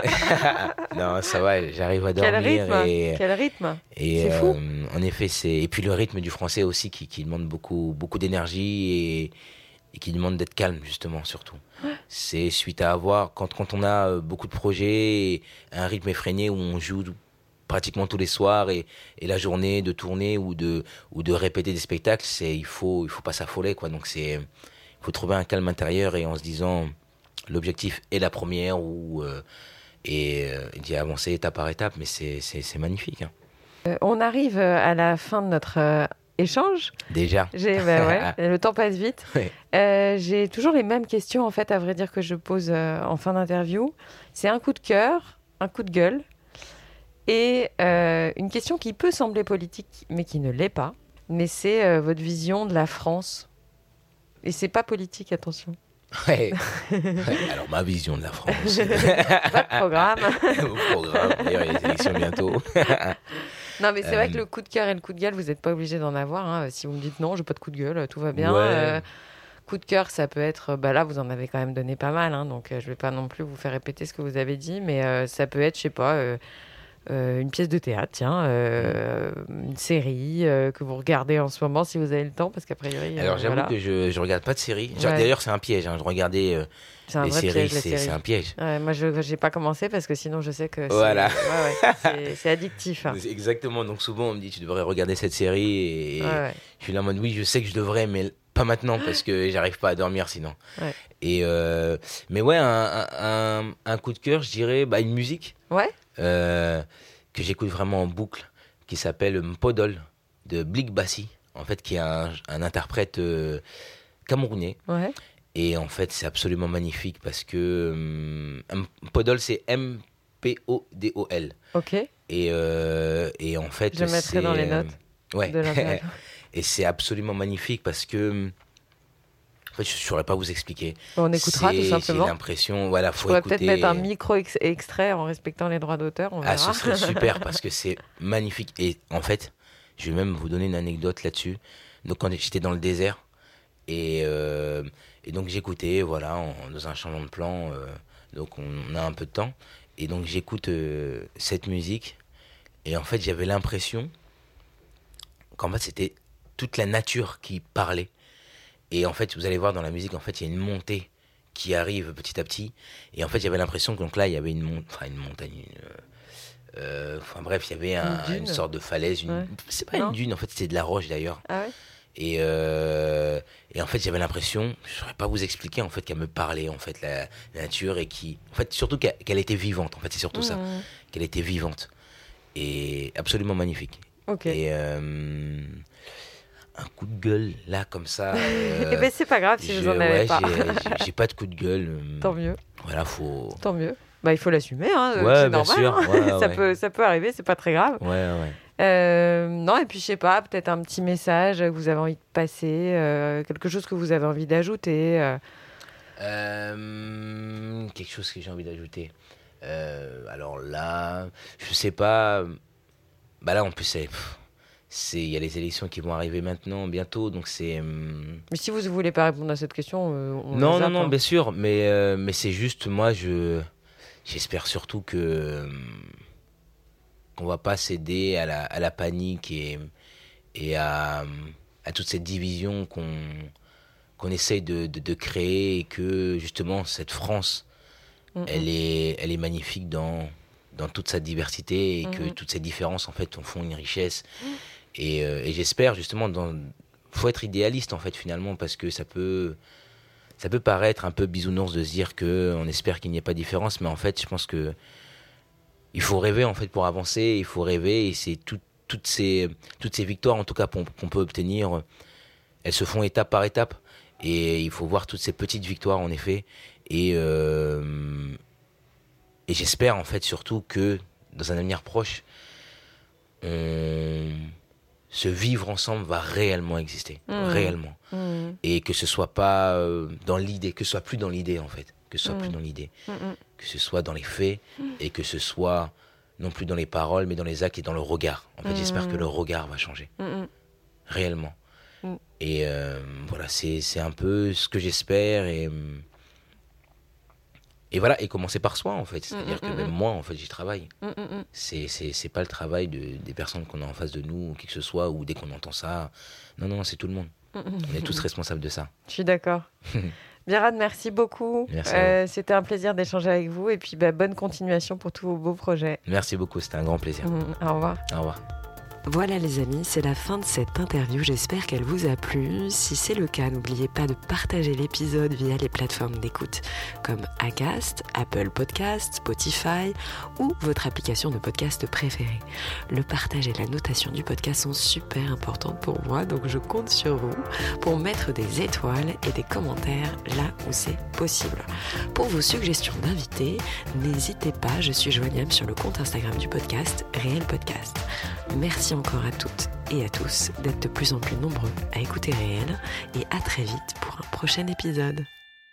Non, ça va, j'arrive à Quel dormir rythme et, Quel rythme et C'est fou. euh, en effet, c'est et puis le rythme du français aussi qui, qui demande beaucoup beaucoup d'énergie et, et qui demande d'être calme justement surtout. C'est suite à avoir quand quand on a euh, beaucoup de projets, et un rythme effréné où on joue pratiquement tous les soirs et, et la journée de tourner ou de ou de répéter des spectacles, c'est il faut il faut pas s'affoler quoi. Donc c'est il faut trouver un calme intérieur et en se disant l'objectif est la première ou euh, et euh, d'y avancer étape par étape, mais c'est c'est, c'est magnifique hein. Euh, On arrive euh, à la fin de notre euh, échange. Déjà. J'ai, bah ouais, le temps passe vite. Ouais. Euh, j'ai toujours les mêmes questions, en fait, à vrai dire, que je pose euh, en fin d'interview. C'est un coup de cœur, un coup de gueule, et euh, une question qui peut sembler politique, mais qui ne l'est pas. Mais c'est euh, votre vision de la France. Et c'est pas politique, attention. Ouais. Ouais. Alors ma vision de la France. Votre programme. Au programme. D'ailleurs, il y a les élections bientôt. Non, mais c'est vrai Euh, que le coup de cœur et le coup de gueule, vous n'êtes pas obligé d'en avoir. Hein. Si vous me dites non, j'ai pas de coup de gueule, tout va bien. Ouais. Euh, coup de cœur, ça peut être. Bah là, vous en avez quand même donné pas mal, hein, donc euh, je vais pas non plus vous faire répéter ce que vous avez dit, mais euh, ça peut être, je sais pas, euh, euh, une pièce de théâtre, tiens, euh, une série euh, que vous regardez en ce moment si vous avez le temps, parce qu'a priori. Alors euh, j'avoue voilà. que je je regarde pas de séries. Genre, Ouais. D'ailleurs, c'est un piège. Hein. Je regardais euh, C'est un les vrai séries, piège, les c'est, séries. c'est un piège. Ouais, moi, je n'ai pas commencé parce que sinon, je sais que c'est, Voilà. ouais, ouais, c'est, c'est addictif. Hein. C'est Exactement. Donc souvent on me dit tu devrais regarder cette série et Ouais, ouais. je suis là en mode oui, je sais que je devrais, mais pas maintenant parce que j'arrive pas à dormir sinon. Ouais. Et euh, mais ouais, un, un, un, un coup de cœur, je dirais, bah, une musique Ouais. euh, que j'écoute vraiment en boucle, qui s'appelle Mpodol de Blik Bassi, en fait, qui est un, un interprète euh, camerounais. Ouais. Et en fait, c'est absolument magnifique parce que euh, Mpodol, c'est M P O D O L. Ok. Et, euh, et en fait, Je mettrai c'est, dans les euh, notes. Ouais. de l'interview. Et c'est absolument magnifique parce que, en fait, je ne saurais pas vous expliquer. Bon, on écoutera c'est, tout simplement. J'ai l'impression, voilà, faut Je pourrais écouter. peut-être mettre un micro ex- extrait en respectant les droits d'auteur, on verra. Ah, ce serait super parce que c'est magnifique. Et en fait, je vais même vous donner une anecdote là-dessus. Donc, quand j'étais dans le désert, et, euh, et donc j'écoutais, voilà, en, dans un changement de plan, euh, donc on a un peu de temps, et donc j'écoute euh, cette musique, et en fait, j'avais l'impression qu'en fait, c'était toute la nature qui parlait. Et en fait, vous allez voir dans la musique, en fait, il y a une montée qui arrive petit à petit. Et en fait, j'avais l'impression que donc là, il y avait une, mon... enfin, une montagne. Une... Euh... Enfin bref, il y avait un, une, une sorte de falaise. Une... Ouais. C'est pas non. une dune, en fait, c'était de la roche d'ailleurs. Ah ouais. Et, euh... et en fait, j'avais l'impression, je ne saurais pas vous expliquer, en fait, qu'elle me parlait, en fait, la, la nature. Et qui... En fait, surtout qu'elle, qu'elle était vivante. En fait, c'est surtout mmh. ça. Qu'elle était vivante. Et absolument magnifique. Ok. Et. Euh... un coup de gueule là comme ça euh, eh ben c'est pas grave si je, vous en avez ouais, pas j'ai, j'ai, j'ai pas de coup de gueule euh, tant mieux voilà faut tant mieux bah il faut l'assumer hein, ouais, c'est bien normal sûr. Hein. Ouais, ça ouais. peut ça peut arriver, c'est pas très grave. Ouais ouais. Euh, non et puis je sais pas, peut-être un petit message que vous avez envie de passer, euh, quelque chose que vous avez envie d'ajouter. Euh... Euh, quelque chose que j'ai envie d'ajouter. Euh, alors là, je sais pas. Bah là en plus c'est. Il y a les élections qui vont arriver maintenant, bientôt, donc c'est... Hum... Mais si vous ne voulez pas répondre à cette question, euh, on Non, non, attend. non, bien sûr, mais, euh, mais c'est juste, moi, je, j'espère surtout que qu'on ne va pas céder à la, à la panique et, et à, à toute cette division qu'on, qu'on essaye de, de, de créer, et que, justement, cette France, mm-hmm. elle est, elle est magnifique dans, dans toute sa diversité, et mm-hmm. que toutes ces différences, en fait, en font une richesse. Mm. Et, euh, et j'espère justement, dans... faut être idéaliste en fait finalement, parce que ça peut, ça peut paraître un peu bisounours de se dire que on espère qu'il n'y ait pas de différence, mais en fait je pense que il faut rêver en fait pour avancer, il faut rêver, et c'est tout, toutes ces, toutes ces victoires en tout cas qu'on, qu'on peut obtenir, elles se font étape par étape, et il faut voir toutes ces petites victoires en effet, et, euh, et j'espère en fait surtout que dans un avenir proche, on... ce vivre ensemble va réellement exister, mmh. réellement. Mmh. Et que ce soit pas euh, dans l'idée, que ce soit plus dans l'idée en fait, que ce soit mmh. plus dans l'idée, mmh. que ce soit dans les faits, mmh. et que ce soit non plus dans les paroles, mais dans les actes et dans le regard. En fait, mmh. j'espère que le regard va changer, mmh. réellement. Mmh. Et euh, voilà, c'est, c'est un peu ce que j'espère, et... Et voilà, et commencer par soi, en fait. C'est-à-dire mmh, que mmh. même moi, en fait, j'y travaille. Mmh, mmh. C'est, c'est, c'est pas le travail de, des personnes qu'on a en face de nous, ou qui que ce soit, ou dès qu'on entend ça. Non, non, c'est tout le monde. Mmh. On est tous responsables de ça. Je suis d'accord. Birad, merci beaucoup. Merci euh, c'était un plaisir d'échanger avec vous. Et puis, bah, bonne continuation pour tous vos beaux projets. Merci beaucoup, c'était un grand plaisir. Mmh, au revoir. Au revoir. Voilà les amis, c'est la fin de cette interview, j'espère qu'elle vous a plu. Si c'est le cas, n'oubliez pas de partager l'épisode via les plateformes d'écoute comme Acast, Apple Podcasts, Spotify ou votre application de podcast préférée. Le partage et la notation du podcast sont super importantes pour moi, donc je compte sur vous pour mettre des étoiles et des commentaires là où c'est possible. Pour vos suggestions d'invités, n'hésitez pas, je suis joignable sur le compte Instagram du podcast, Réel Podcast. Merci encore à toutes et à tous d'être de plus en plus nombreux à écouter Réel, et à très vite pour un prochain épisode.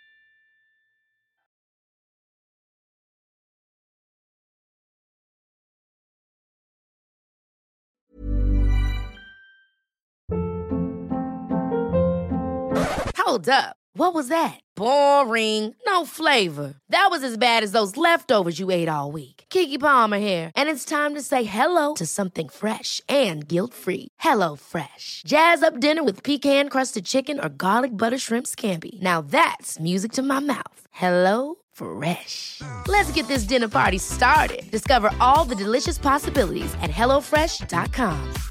Hold up. What was that? Boring. No flavor. That was as bad as those leftovers you ate all week. Keke Palmer here, and it's time to say hello to something fresh and guilt-free. Hello Fresh. Jazz up dinner with pecan-crusted chicken or garlic butter shrimp scampi. Now that's music to my mouth. Hello Fresh. Let's get this dinner party started. Discover all the delicious possibilities at hello fresh dot com.